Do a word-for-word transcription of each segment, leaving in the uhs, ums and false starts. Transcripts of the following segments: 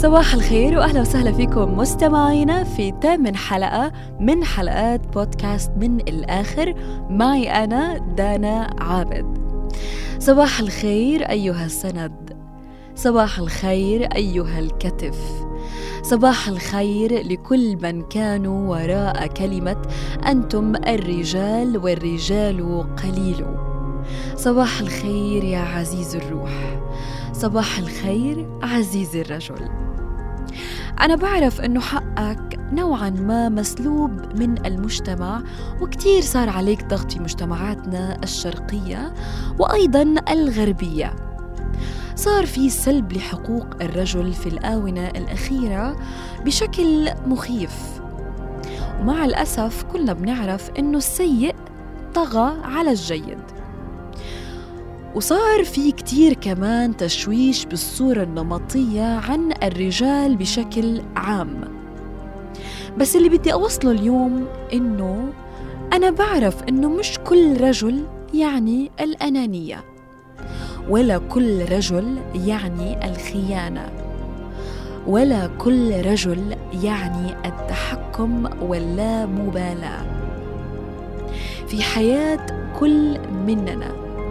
صباح الخير وأهلا وسهلا فيكم مستمعينا في ثامن حلقة من حلقات بودكاست من الآخر. معي أنا دانا عابد. صباح الخير أيها السند، صباح الخير أيها الكتف، صباح الخير لكل من كانوا وراء كلمة أنتم الرجال والرجال قليل. صباح الخير يا عزيز الروح، صباح الخير عزيزي الرجل. أنا بعرف أنه حقك نوعاً ما مسلوب من المجتمع، وكتير صار عليك ضغط في مجتمعاتنا الشرقية وأيضاً الغربية. صار في سلب لحقوق الرجل في الآونة الأخيرة بشكل مخيف، ومع الأسف كلنا بنعرف أنه السيء طغى على الجيد. وصار في كتير كمان تشويش بالصورة النمطية عن الرجال بشكل عام. بس اللي بدي أوصله اليوم إنه أنا بعرف إنه مش كل رجل يعني الأنانية، ولا كل رجل يعني الخيانة، ولا كل رجل يعني التحكم واللامبالاة في حياة كل مننا.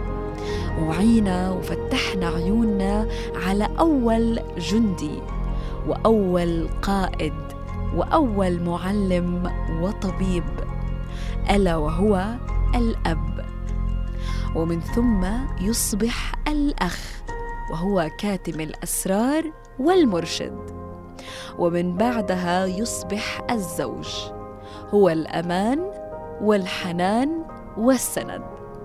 وعينا وفتحنا عيوننا على أول جندي وأول قائد وأول معلم وطبيب، ألا وهو الأب، ومن ثم يصبح الأخ وهو كاتم الأسرار والمرشد، ومن بعدها يصبح الزوج، هو الأمان والحنان والسند.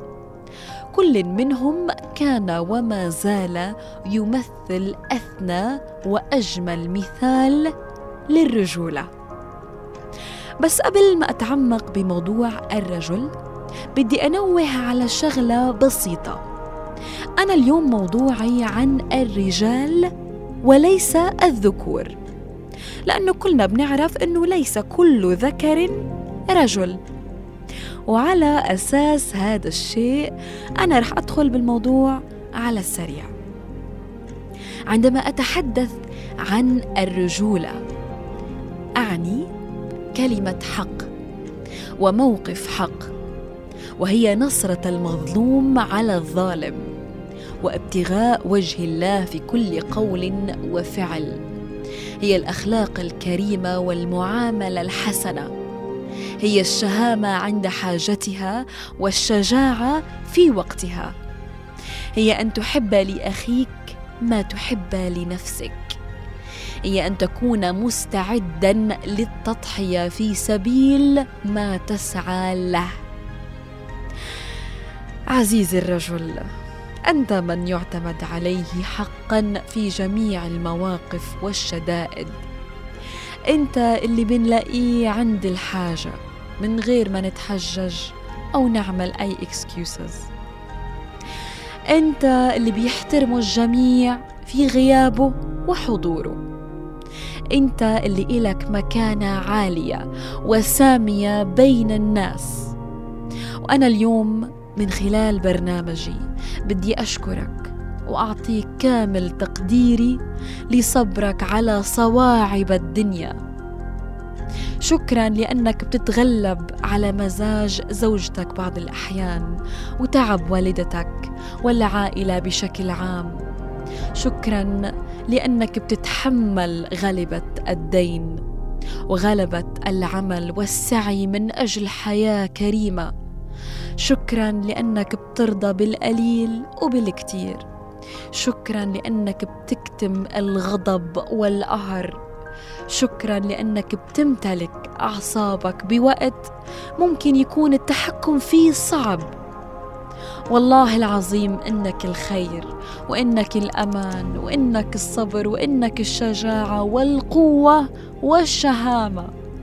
كل منهم كان وما زال يمثل أثنى وأجمل مثال للرجولة. بس قبل ما أتعمق بموضوع الرجل بدي أنوه على شغلة بسيطة. أنا اليوم موضوعي عن الرجال وليس الذكور، لأنه كلنا بنعرف أنه ليس كل ذكر رجل. وعلى أساس هذا الشيء أنا رح أدخل بالموضوع على السريع. عندما أتحدث عن الرجولة أعني كلمة حق وموقف حق، وهي نصرة المظلوم على الظالم وابتغاء وجه الله في كل قول وفعل. هي الأخلاق الكريمة والمعاملة الحسنة، هي الشهامة عند حاجتها والشجاعة في وقتها، هي أن تحب لأخيك ما تحب لنفسك، هي أن تكون مستعداً للتضحية في سبيل ما تسعى له. عزيزي الرجل، أنت من يعتمد عليه حقاً في جميع المواقف والشدائد. أنت اللي بنلاقيه عند الحاجة من غير ما نتحجج أو نعمل أي excuses. أنت اللي بيحترمه الجميع في غيابه وحضوره. أنت اللي إلك مكانة عالية وسامية بين الناس. وأنا اليوم من خلال برنامجي بدي أشكرك وأعطيك كامل تقديري لصبرك على صواعب الدنيا. شكراً لأنك بتتغلب على مزاج زوجتك بعض الأحيان وتعب والدتك والعائلة بشكل عام. شكراً لأنك بتتحمل غلبة الدين وغلبة العمل والسعي من أجل حياة كريمة. شكراً لأنك بترضى بالقليل وبالكتير. شكراً لأنك بتكتم الغضب والقهر. شكراً لأنك بتمتلك أعصابك بوقت ممكن يكون التحكم فيه صعب. والله العظيم إنك الخير، وإنك الأمان، وإنك الصبر، وإنك الشجاعة والقوة والشهامة.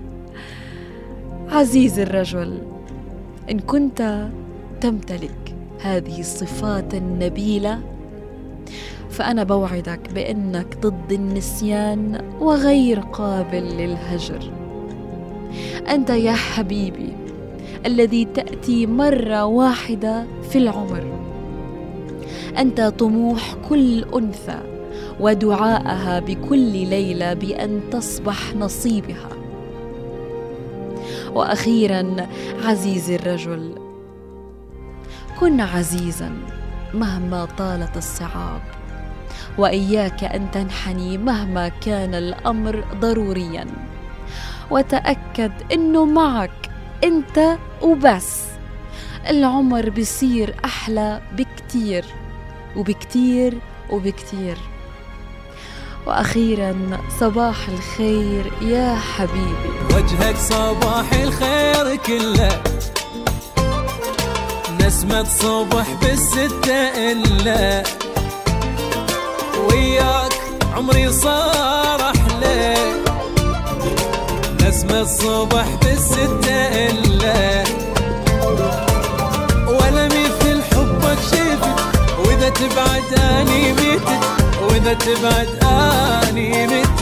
عزيزي الرجل، إن كنت تمتلك هذه الصفات النبيلة فأنا بوعدك بأنك ضد النسيان وغير قابل للهجر. أنت يا حبيبي الذي تأتي مرة واحدة في العمر. أنت طموح كل أنثى ودعاءها بكل ليلة بأن تصبح نصيبها. وأخيرا عزيزي الرجل، كن عزيزا مهما طالت الصعاب، وإياك أن تنحني مهما كان الأمر ضروريا، وتأكد أنه معك أنت وبس. العمر بيصير أحلى بكتير وبكتير وبكتير. وأخيرا صباح الخير يا حبيبي، وجهك صباح الخير كله، نسمة صبح بالستة إلا، وياك عمري صار أحلى، نسمة الصبح بالستة إلا، ولا مثل حبك شفت، وإذا تبعد أني ميتت، وإذا تبعد أني ميتت.